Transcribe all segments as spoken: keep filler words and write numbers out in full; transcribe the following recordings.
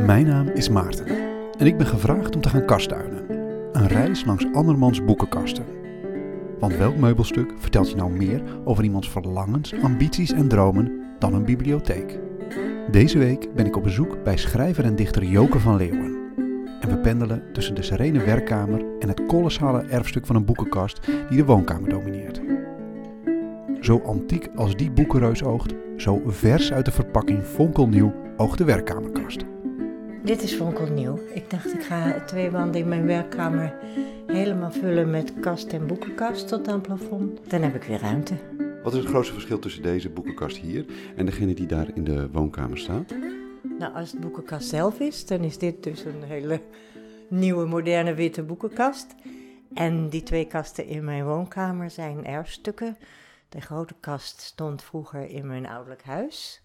Mijn naam is Maarten en ik ben gevraagd om te gaan kastduinen. Een reis langs andermans boekenkasten. Want welk meubelstuk vertelt je nou meer over iemands verlangens, ambities en dromen dan een bibliotheek? Deze week ben ik op bezoek bij schrijver en dichter Joke van Leeuwen. En we pendelen tussen de serene werkkamer en het kolossale erfstuk van een boekenkast die de woonkamer domineert. Zo antiek als die boekenreus oogt, zo vers uit de verpakking fonkelnieuw oogt de werkkamerkast. Dit is fonkelnieuw. Ik dacht, ik ga twee wanden in mijn werkkamer helemaal vullen met kast en boekenkast tot aan het plafond. Dan heb ik weer ruimte. Wat is het grootste verschil tussen deze boekenkast hier en degene die daar in de woonkamer staat? Nou, als het boekenkast zelf is, dan is dit dus een hele nieuwe, moderne witte boekenkast. En die twee kasten in mijn woonkamer zijn erfstukken. De grote kast stond vroeger in mijn ouderlijk huis.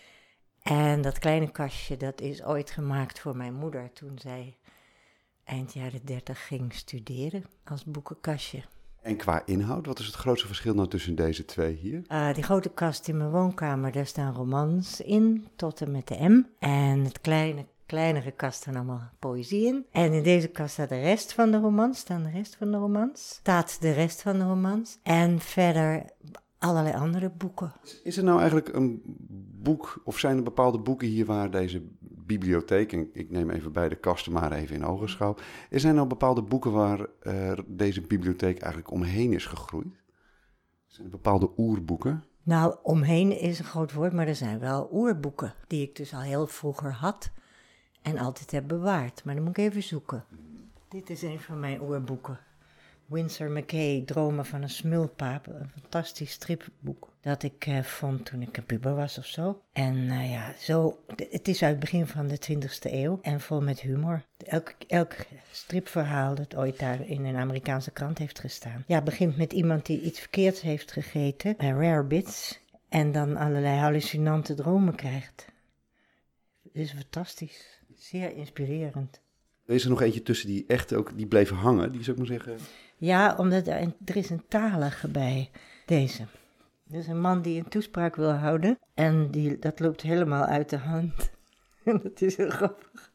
En dat kleine kastje, dat is ooit gemaakt voor mijn moeder toen zij eind jaren dertig ging studeren als boekenkastje. En qua inhoud, wat is het grootste verschil nou tussen deze twee hier? Uh, die grote kast in mijn woonkamer, daar staan romans in, tot en met de M. En het kleine, kleinere kast staan allemaal poëzie in. En in deze kast staat de rest van de romans, staan de rest van de romans. Staat de rest van de romans. En verder allerlei andere boeken. Is er nou eigenlijk een boek, of zijn er bepaalde boeken hier waar deze bibliotheek, en ik neem even beide kasten maar even in ogenschouw, er zijn nou bepaalde boeken waar uh, deze bibliotheek eigenlijk omheen is gegroeid? Zijn er bepaalde oerboeken? Nou, omheen is een groot woord, maar er zijn wel oerboeken die ik dus al heel vroeger had en altijd heb bewaard. Maar dan moet ik even zoeken. Dit is een van mijn oerboeken. Winsor McCay, Dromen van een smulpaap, een fantastisch stripboek dat ik uh, vond toen ik een puber was of zo. En uh, ja, zo, het is uit het begin van de twintigste eeuw en vol met humor. Elk, elk stripverhaal dat ooit daar in een Amerikaanse krant heeft gestaan. Ja, het begint met iemand die iets verkeerds heeft gegeten, uh, rare bits, en dan allerlei hallucinante dromen krijgt. Het is fantastisch, zeer inspirerend. Er is er nog eentje tussen die echt ook, die bleef hangen, die zou ik maar zeggen. Ja, omdat er, een, er is een talige bij deze. Er is een man die een toespraak wil houden en die, dat loopt helemaal uit de hand. En dat is heel grappig.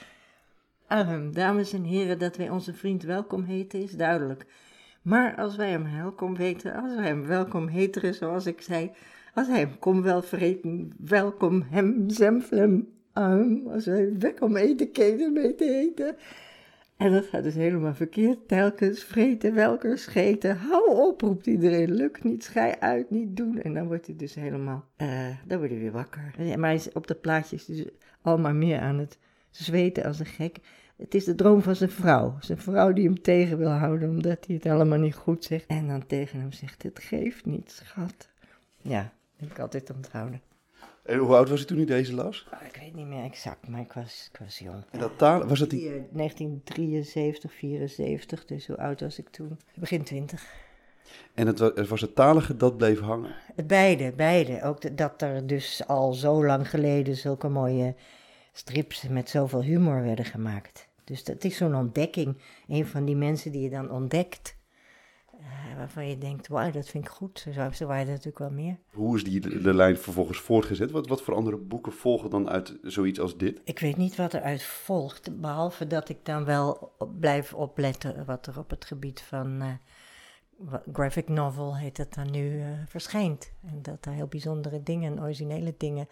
Um, dames en heren, dat wij onze vriend welkom heten is duidelijk. Maar als wij hem welkom weten, als wij hem welkom heteren, zoals ik zei, als hij hem kom wel vreten, welkom hem zemflem. Um, als wij welkom eten keten mee te eten. En dat gaat dus helemaal verkeerd. Telkens vreten, welkers scheten. Hou op, roept iedereen. Lukt niet, schei uit, niet doen. En dan wordt hij dus helemaal, uh, dan wordt hij weer wakker. Maar hij is op de plaatjes dus al maar meer aan het zweten als een gek. Het is de droom van zijn vrouw. Zijn vrouw die hem tegen wil houden, omdat hij het allemaal niet goed zegt. En dan tegen hem zegt, het geeft niet, schat. Ja, dat heb ik altijd onthouden. En hoe oud was je toen u deze las? Oh, ik weet niet meer exact, maar ik was, ik was jong. En dat taal, was dat die... negentien drieënzeventig, vierenzeventig, dus hoe oud was ik toen? Begin twintig. En het was, het was het talige dat bleef hangen? Het beide, beide. Ook de, dat er dus al zo lang geleden zulke mooie strips met zoveel humor werden gemaakt. Dus dat is zo'n ontdekking. Een van die mensen die je dan ontdekt. Uh, waarvan je denkt, wauw, dat vind ik goed. Zo, zo waren er natuurlijk wel meer. Hoe is die de, de lijn vervolgens voortgezet? Wat, wat voor andere boeken volgen dan uit zoiets als dit? Ik weet niet wat eruit volgt, behalve dat ik dan wel op, blijf opletten wat er op het gebied van uh, graphic novel, heet het dan nu, uh, verschijnt. En dat er heel bijzondere dingen, originele dingen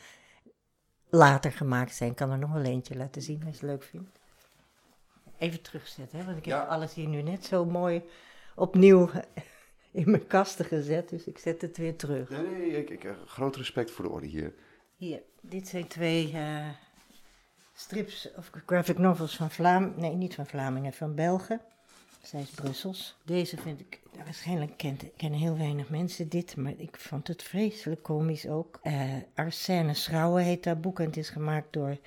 later gemaakt zijn. Ik kan er nog wel eentje laten zien als je het leuk vindt. Even terugzetten, hè, want ik heb ja. alles hier nu net zo mooi opnieuw in mijn kasten gezet, dus ik zet het weer terug. Nee, nee, ik, ik heb groot respect voor de orde hier. Hier, dit zijn twee uh, strips of graphic novels van Vlamingen, nee, niet van Vlamingen, van Belgen. Zij is Brussels. Deze vind ik, waarschijnlijk kent, kennen heel weinig mensen dit, maar ik vond het vreselijk komisch ook. Uh, Arsène Schrouwen heet dat boek en het is gemaakt door,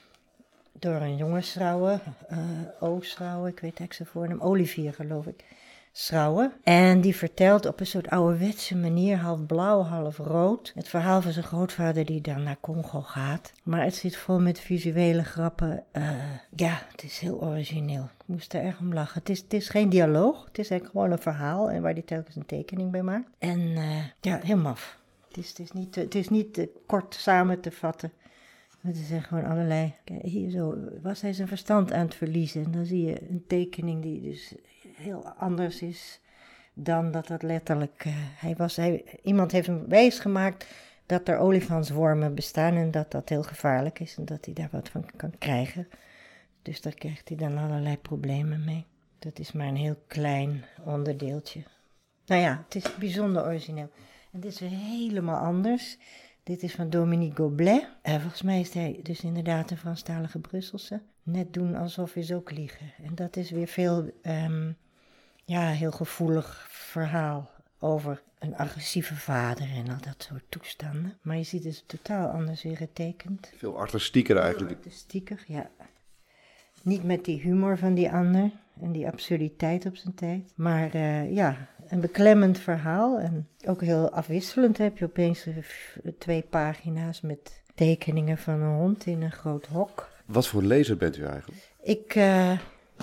door een jonge Schrouwen, uh, O. Schrouwen, ik weet eigenlijk zijn voornaam, Olivier geloof ik. Schrouwen. En die vertelt op een soort ouderwetse manier, half blauw, half rood, het verhaal van zijn grootvader die dan naar Congo gaat. Maar het zit vol met visuele grappen. Uh, ja, het is heel origineel. Ik moest er erg om lachen. Het is, het is geen dialoog, het is eigenlijk gewoon een verhaal en waar hij telkens een tekening bij maakt. En uh, ja, heel maf. Het is, het is niet, het is niet uh, kort samen te vatten. Het zijn gewoon allerlei... Kijk, hier zo was hij zijn verstand aan het verliezen. En dan zie je een tekening die dus heel anders is dan dat dat letterlijk... Uh, hij was, hij, iemand heeft hem wijsgemaakt dat er olifantswormen bestaan en dat dat heel gevaarlijk is en dat hij daar wat van kan krijgen. Dus daar krijgt hij dan allerlei problemen mee. Dat is maar een heel klein onderdeeltje. Nou ja, het is bijzonder origineel. En dit is weer helemaal anders. Dit is van Dominique Goblet. Uh, volgens mij is hij dus inderdaad een Franstalige Brusselse. Net doen alsof is ook liegen. En dat is weer veel, um, ja, heel gevoelig verhaal over een agressieve vader en al dat soort toestanden. Maar je ziet het totaal anders weer getekend. Veel artistieker eigenlijk. Veel artistieker, ja. Niet met die humor van die ander en die absurditeit op zijn tijd. Maar uh, ja, een beklemmend verhaal. En ook heel afwisselend heb je opeens twee pagina's met tekeningen van een hond in een groot hok. Wat voor lezer bent u eigenlijk? Ik, uh,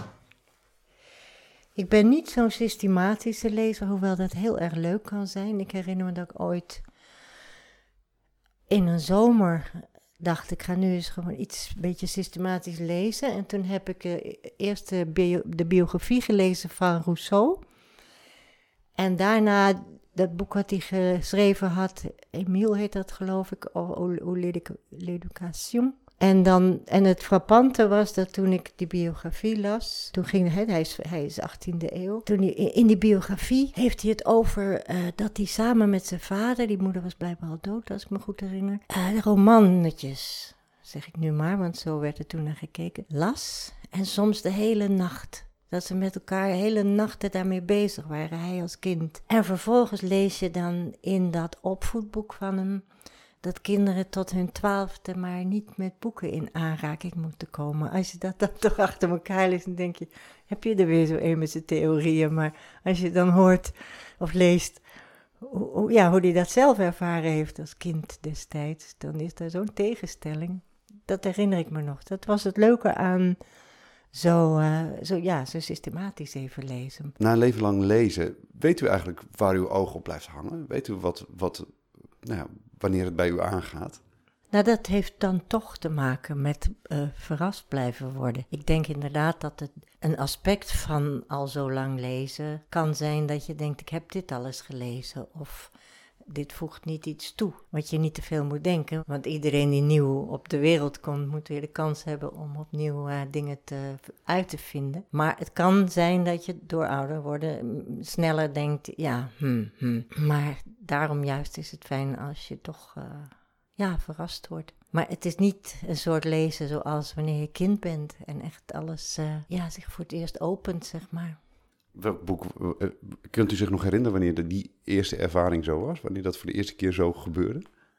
ik ben niet zo'n systematische lezer, hoewel dat heel erg leuk kan zijn. Ik herinner me dat ik ooit in een zomer... dacht ik, ga nu eens gewoon iets een beetje systematisch lezen. En toen heb ik uh, eerst de, bio, de biografie gelezen van Rousseau. En daarna dat boek wat hij geschreven had, Emile heet dat geloof ik, Ou l'éducation. En, dan, en het frappante was dat toen ik die biografie las, toen ging hij, hij is, hij is achttiende eeuw, toen hij, in die biografie heeft hij het over uh, dat hij samen met zijn vader, die moeder was blijkbaar al dood als ik me goed herinner, uh, de romannetjes, zeg ik nu maar, want zo werd er toen naar gekeken, las en soms de hele nacht. Dat ze met elkaar hele nachten daarmee bezig waren, hij als kind. En vervolgens lees je dan in dat opvoedboek van hem dat kinderen tot hun twaalfde maar niet met boeken in aanraking moeten komen. Als je dat dan toch achter elkaar leest, dan denk je, heb je er weer zo een met zijn theorieën. Maar als je dan hoort of leest hoe, ja, hoe hij dat zelf ervaren heeft als kind destijds, dan is daar zo'n tegenstelling. Dat herinner ik me nog. Dat was het leuke aan zo, uh, zo, ja, zo systematisch even lezen. Na een leven lang lezen, weet u eigenlijk waar uw oog op blijft hangen? Weet u wat, wat, nou ja, wanneer het bij u aangaat? Nou, dat heeft dan toch te maken met uh, verrast blijven worden. Ik denk inderdaad dat het een aspect van al zo lang lezen kan zijn dat je denkt, ik heb dit alles gelezen of dit voegt niet iets toe. Wat je niet te veel moet denken, want iedereen die nieuw op de wereld komt moet weer de kans hebben om opnieuw uh, dingen te, uit te vinden. Maar het kan zijn dat je door ouder worden sneller denkt, ja, hmm, hmm. Maar daarom juist is het fijn als je toch uh, ja, verrast wordt. Maar het is niet een soort lezen zoals wanneer je kind bent en echt alles uh, ja, zich voor het eerst opent, zeg maar. Welk boek, uh, kunt u zich nog herinneren wanneer de, die eerste ervaring zo was? Wanneer dat voor de eerste keer zo gebeurde?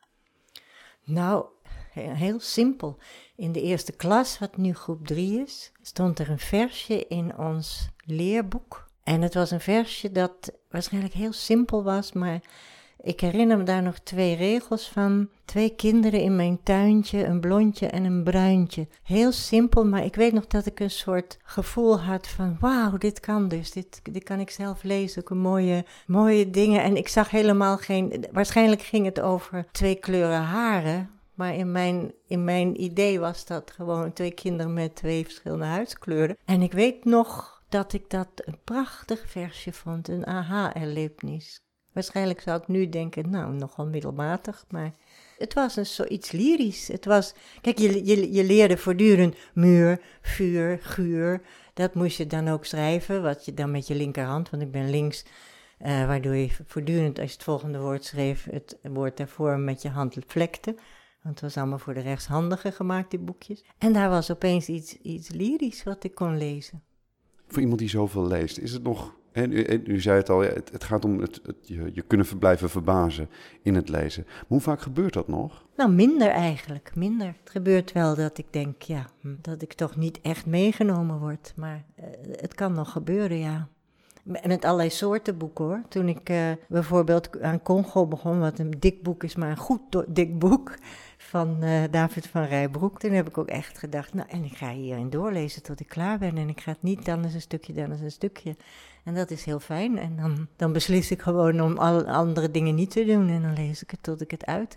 Nou, heel simpel. In de eerste klas, wat nu groep drie is, stond er een versje in ons leerboek. En het was een versje dat waarschijnlijk heel simpel was, maar ik herinner me daar nog twee regels van. Twee kinderen in mijn tuintje, een blondje en een bruintje. Heel simpel, maar ik weet nog dat ik een soort gevoel had van wauw, dit kan dus. Dit, dit kan ik zelf lezen, ook een mooie, mooie dingen. En ik zag helemaal geen, waarschijnlijk ging het over twee kleuren haren. Maar in mijn, in mijn idee was dat gewoon twee kinderen met twee verschillende huidskleuren. En ik weet nog dat ik dat een prachtig versje vond, een aha-erlevenis. Waarschijnlijk zou ik nu denken, nou, nogal middelmatig, maar het was een zoiets lyrisch. Het was, kijk, je, je, je leerde voortdurend muur, vuur, guur. Dat moest je dan ook schrijven, wat je dan met je linkerhand, want ik ben links, uh, waardoor je voortdurend, als je het volgende woord schreef, het woord daarvoor met je hand vlekte. Want het was allemaal voor de rechtshandigen gemaakt, die boekjes. En daar was opeens iets, iets lyrisch wat ik kon lezen. Voor iemand die zoveel leest, is het nog... En u, en u zei het al, het, het gaat om het, het, je, je kunnen blijven verbazen in het lezen. Maar hoe vaak gebeurt dat nog? Nou, minder eigenlijk, minder. Het gebeurt wel dat ik denk, ja, dat ik toch niet echt meegenomen word. Maar uh, het kan nog gebeuren, ja. Met allerlei soorten boeken, hoor. Toen ik uh, bijvoorbeeld aan Congo begon, wat een dik boek is, maar een goed do- dik boek van uh, David van Rijbroek. Toen heb ik ook echt gedacht, nou, en ik ga hierin doorlezen tot ik klaar ben. En ik ga het niet dan eens een stukje, dan eens een stukje. En dat is heel fijn. En dan, dan beslis ik gewoon om al andere dingen niet te doen. En dan lees ik het tot ik het uit heb.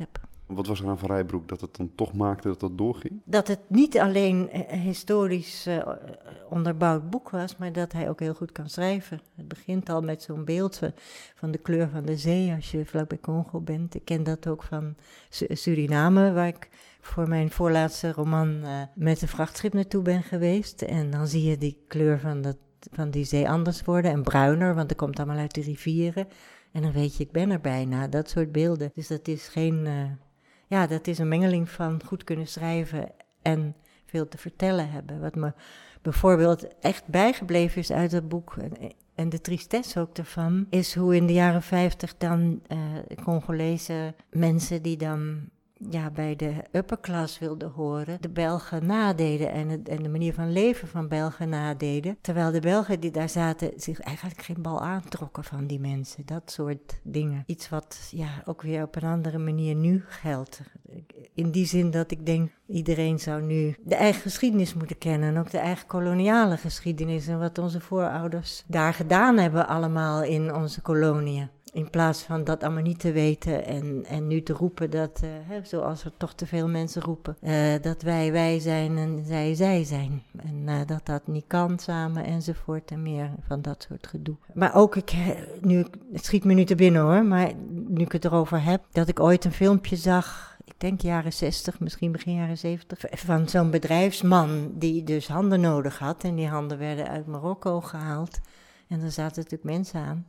Wat was er aan Van Rijbroek dat het dan toch maakte dat dat doorging? Dat het niet alleen een historisch uh, onderbouwd boek was, maar dat hij ook heel goed kan schrijven. Het begint al met zo'n beeld van de kleur van de zee als je vlak bij Congo bent. Ik ken dat ook van Suriname, waar ik voor mijn voorlaatste roman uh, met een vrachtschip naartoe ben geweest. En dan zie je die kleur van, dat, van die zee anders worden en bruiner, want het komt allemaal uit de rivieren. En dan weet je, ik ben er bijna, dat soort beelden. Dus dat is geen... Uh, ja, dat is een mengeling van goed kunnen schrijven en veel te vertellen hebben. Wat me bijvoorbeeld echt bijgebleven is uit het boek, en de tristesse ook ervan, is hoe in de jaren vijftig dan uh, Congolese mensen die dan ja, bij de upper class wilden horen, de Belgen nadeden en, het, en de manier van leven van Belgen nadeden. Terwijl de Belgen die daar zaten zich eigenlijk geen bal aantrokken van die mensen. Dat soort dingen. Iets wat ja, ook weer op een andere manier nu geldt. In die zin dat ik denk, iedereen zou nu de eigen geschiedenis moeten kennen. En ook de eigen koloniale geschiedenis. En wat onze voorouders daar gedaan hebben allemaal in onze koloniën. In plaats van dat allemaal niet te weten en, en nu te roepen dat, uh, hè, zoals er toch te veel mensen roepen, uh, dat wij wij zijn en zij zij zijn. En uh, dat dat niet kan samen enzovoort en meer van dat soort gedoe. Maar ook, ik, nu, het schiet me nu te binnen hoor, maar nu ik het erover heb, dat ik ooit een filmpje zag, ik denk jaren zestig, misschien begin jaren zeventig, van zo'n bedrijfsman die dus handen nodig had. En die handen werden uit Marokko gehaald. En daar zaten natuurlijk mensen aan.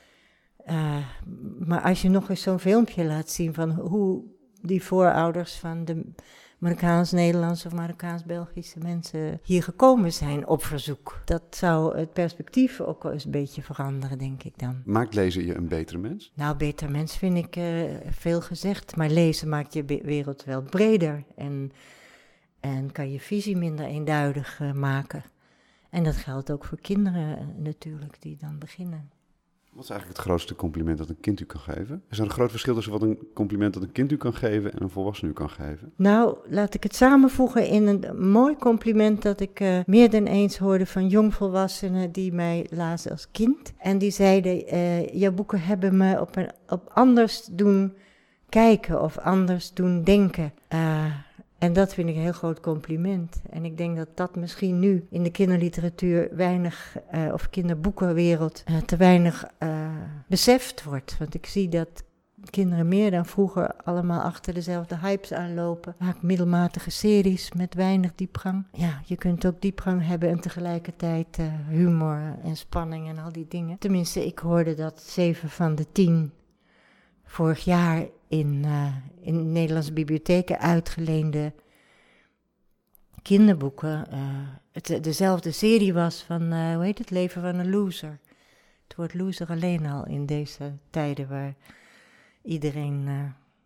Uh, maar als je nog eens zo'n filmpje laat zien van hoe die voorouders van de Marokkaans-Nederlandse of Marokkaans-Belgische mensen hier gekomen zijn op verzoek. Dat zou het perspectief ook wel eens een beetje veranderen, denk ik dan. Maakt lezen je een betere mens? Nou, beter mens vind ik uh, veel gezegd, maar lezen maakt je be- wereld wel breder en, en kan je visie minder eenduidig uh, maken. En dat geldt ook voor kinderen uh, natuurlijk, die dan beginnen. Wat is eigenlijk het grootste compliment dat een kind u kan geven? Is er een groot verschil tussen wat een compliment dat een kind u kan geven en een volwassene u kan geven? Nou, laat ik het samenvoegen in een mooi compliment dat ik uh, meer dan eens hoorde van jongvolwassenen die mij lazen als kind. En die zeiden, uh, jouw boeken hebben me op, een, op anders doen kijken of anders doen denken. Uh, En dat vind ik een heel groot compliment. En ik denk dat dat misschien nu in de kinderliteratuur weinig, uh, of kinderboekenwereld, uh, te weinig uh, beseft wordt. Want ik zie dat kinderen meer dan vroeger allemaal achter dezelfde hypes aanlopen. Vaak middelmatige series met weinig diepgang. Ja, je kunt ook diepgang hebben en tegelijkertijd uh, humor en spanning en al die dingen. Tenminste, ik hoorde dat zeven van de tien vorig jaar in, uh, in Nederlandse bibliotheken uitgeleende kinderboeken uh, het dezelfde serie was van, uh, hoe heet het, Leven van een Loser. Het woord loser alleen al in deze tijden waar iedereen uh,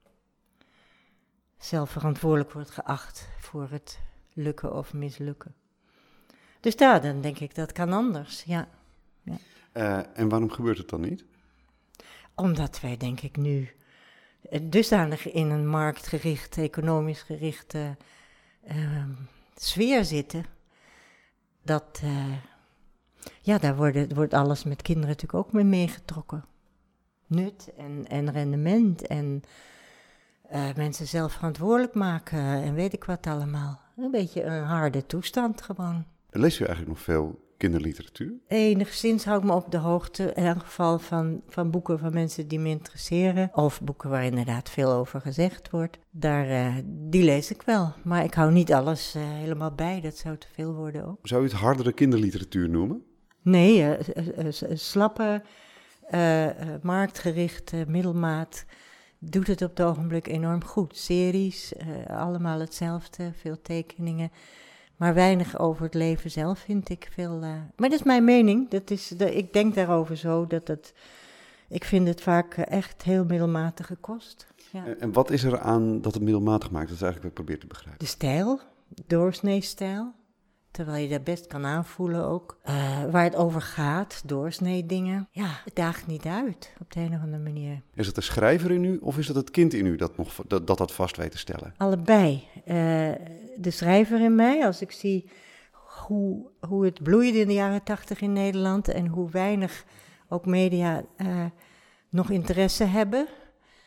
zelf verantwoordelijk wordt geacht voor het lukken of mislukken. Dus daar, dan denk ik, dat kan anders, ja. ja. Uh, en waarom gebeurt het dan niet? Omdat wij, denk ik, nu dusdanig in een marktgericht, economisch gerichte uh, sfeer zitten, dat, uh, ja, daar wordt, wordt alles met kinderen natuurlijk ook mee meegetrokken. Nut en, en rendement en uh, mensen zelf verantwoordelijk maken en weet ik wat allemaal. Een beetje een harde toestand gewoon. Leest u eigenlijk nog veel kinderliteratuur? Enigszins hou ik me op de hoogte, in elk geval van, van boeken van mensen die me interesseren. Of boeken waar inderdaad veel over gezegd wordt. Daar, uh, die lees ik wel. Maar ik hou niet alles uh, helemaal bij, dat zou te veel worden ook. Zou u het hardere kinderliteratuur noemen? Nee, uh, uh, uh, slappe, uh, uh, marktgerichte, middelmaat doet het op het ogenblik enorm goed. Series, uh, allemaal hetzelfde, veel tekeningen. Maar weinig over het leven zelf vind ik veel. Uh... Maar dat is mijn mening. Dat is, de, ik denk daarover zo dat het. Ik vind het vaak uh, echt heel middelmatige kost. Ja. En, en wat is er aan dat het middelmatig maakt? Dat is eigenlijk wat ik probeer te begrijpen. De stijl, doorsnee-stijl. Terwijl je dat best kan aanvoelen ook. Uh, waar het over gaat, doorsnee dingen. Ja, het daagt niet uit op de een of andere manier. Is het de schrijver in u of is het het kind in u dat nog, dat, dat, dat vast weet te stellen? Allebei. Uh, de schrijver in mij, als ik zie hoe, hoe het bloeide in de jaren tachtig in Nederland en hoe weinig ook media uh, nog interesse hebben.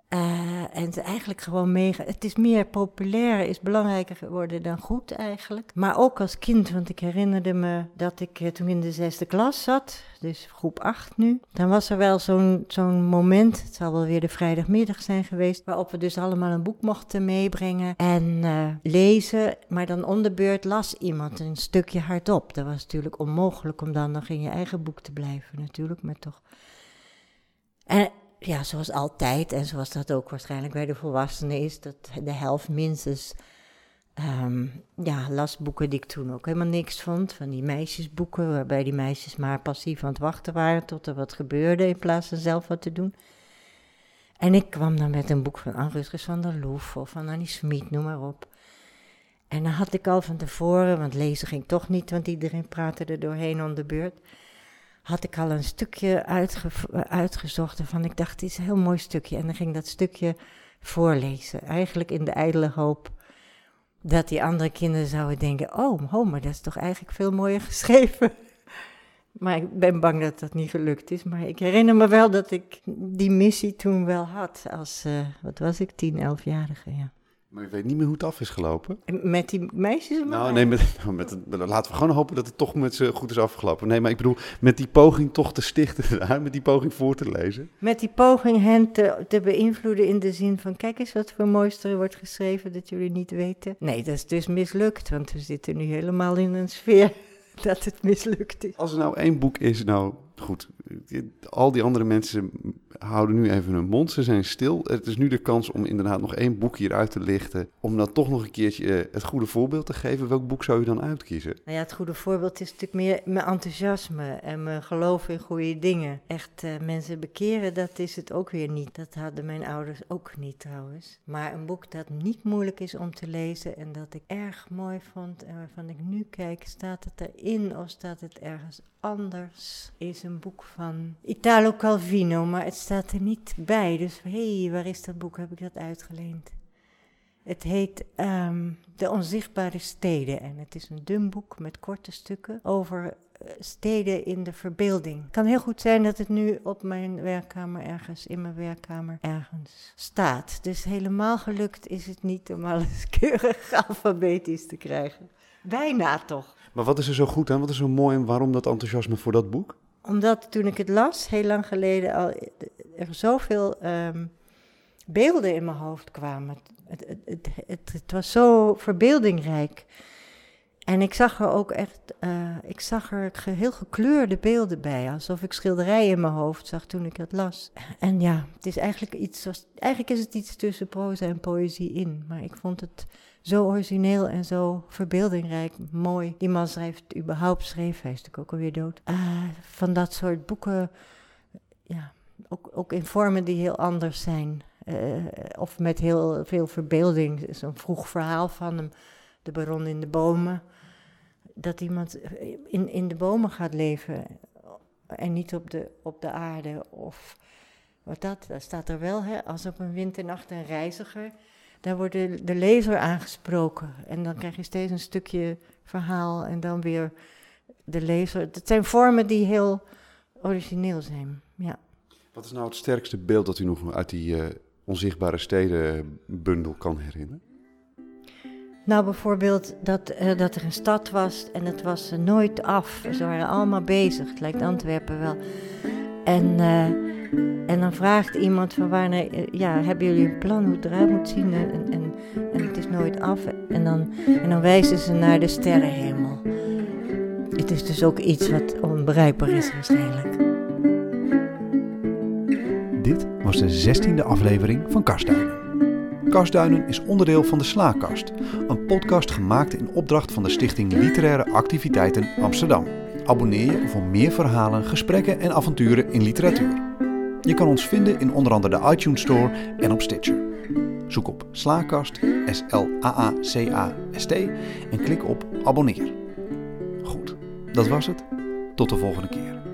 Uh, en het is eigenlijk gewoon mega. Het is meer populair, is belangrijker geworden dan goed eigenlijk. Maar ook als kind, want ik herinnerde me dat ik uh, toen in de zesde klas zat, dus groep acht nu. Dan was er wel zo'n, zo'n moment, het zal wel weer de vrijdagmiddag zijn geweest, waarop we dus allemaal een boek mochten meebrengen en uh, lezen. Maar dan om de beurt las iemand een stukje hardop. Dat was natuurlijk onmogelijk om dan nog in je eigen boek te blijven natuurlijk, maar toch. En ja, zoals altijd, en zoals dat ook waarschijnlijk bij de volwassenen is, dat de helft minstens um, ja, las boeken die ik toen ook helemaal niks vond. Van die meisjesboeken, waarbij die meisjes maar passief aan het wachten waren tot er wat gebeurde in plaats van zelf wat te doen. En ik kwam dan met een boek van Anne Rutgers van der Loef of van Annie Smit, noem maar op. En dan had ik al van tevoren, want lezen ging toch niet, want iedereen praatte er doorheen om de beurt, had ik al een stukje uitge- uitgezocht van ik dacht, dit is een heel mooi stukje. En dan ging dat stukje voorlezen. Eigenlijk in de ijdele hoop dat die andere kinderen zouden denken, oh, oh, maar dat is toch eigenlijk veel mooier geschreven. Maar ik ben bang dat dat niet gelukt is. Maar ik herinner me wel dat ik die missie toen wel had als, uh, wat was ik, tien, elfjarige, ja. Maar je weet niet meer hoe het af is gelopen? Met die meisjes? Nou, nee, met, met het, laten we gewoon hopen dat het toch met ze goed is afgelopen. Nee, maar ik bedoel, met die poging toch te stichten, met die poging voor te lezen. Met die poging hen te, te beïnvloeden in de zin van, kijk eens wat voor moois er wordt geschreven dat jullie niet weten. Nee, dat is dus mislukt, want we zitten nu helemaal in een sfeer dat het mislukt is. Als er nou één boek is, nou goed, al die andere mensen houden nu even hun mond, ze zijn stil. Het is nu de kans om inderdaad nog één boek hieruit te lichten, om dan toch nog een keertje het goede voorbeeld te geven. Welk boek zou je dan uitkiezen? Nou ja, het goede voorbeeld is natuurlijk meer mijn enthousiasme en mijn geloof in goede dingen. Echt uh, mensen bekeren, dat is het ook weer niet. Dat hadden mijn ouders ook niet trouwens. Maar een boek dat niet moeilijk is om te lezen en dat ik erg mooi vond en waarvan ik nu kijk, staat het erin of staat het ergens anders, is een boek van Italo Calvino, maar het staat er niet bij. Dus hé, hey, waar is dat boek? Heb ik dat uitgeleend? Het heet um, De Onzichtbare Steden en het is een dun boek met korte stukken over uh, steden in de verbeelding. Het kan heel goed zijn dat het nu op mijn werkkamer ergens, in mijn werkkamer ergens staat. Dus helemaal gelukt is het niet om alles keurig alfabetisch te krijgen. Bijna toch. Maar wat is er zo goed aan? Wat is zo mooi en waarom dat enthousiasme voor dat boek? Omdat toen ik het las, heel lang geleden, al er zoveel um, beelden in mijn hoofd kwamen. Het, het, het, het, het was zo verbeeldingrijk. En ik zag er ook echt, uh, ik zag er ge, heel gekleurde beelden bij. Alsof ik schilderijen in mijn hoofd zag toen ik het las. En ja, het is eigenlijk iets, zoals, eigenlijk is het iets tussen proza en poëzie in. Maar ik vond het zo origineel en zo verbeeldingrijk, mooi. Die man schrijft überhaupt, schreef, hij is natuurlijk ook alweer dood. Uh, van dat soort boeken, ja, ook, ook in vormen die heel anders zijn. Uh, of met heel veel verbeelding. Er is een vroeg verhaal van hem, De Baron in de Bomen. Dat iemand in, in de bomen gaat leven en niet op de, op de aarde. Of wat dat, daar staat er wel, hè, als op een winternacht een reiziger. Daar wordt de, de lezer aangesproken. En dan krijg je steeds een stukje verhaal en dan weer de lezer. Het zijn vormen die heel origineel zijn, ja. Wat is nou het sterkste beeld dat u nog uit die uh, onzichtbare stedenbundel kan herinneren? Nou, bijvoorbeeld dat, uh, dat er een stad was en het was uh, nooit af. Ze waren allemaal bezig, het lijkt Antwerpen wel. En, uh, en dan vraagt iemand van wanneer, uh, ja, hebben jullie een plan hoe het eruit moet zien? En, en, en het is nooit af. En dan, en dan wijzen ze naar de sterrenhemel. Het is dus ook iets wat onbereikbaar is waarschijnlijk. Dit was de zestiende aflevering van Kastduinen. Kastduinen is onderdeel van de Slaakast, een podcast gemaakt in opdracht van de Stichting Literaire Activiteiten Amsterdam. Abonneer je voor meer verhalen, gesprekken en avonturen in literatuur. Je kan ons vinden in onder andere de iTunes Store en op Stitcher. Zoek op Slaakast, S L A A C A S T en klik op abonneer. Goed, dat was het. Tot de volgende keer.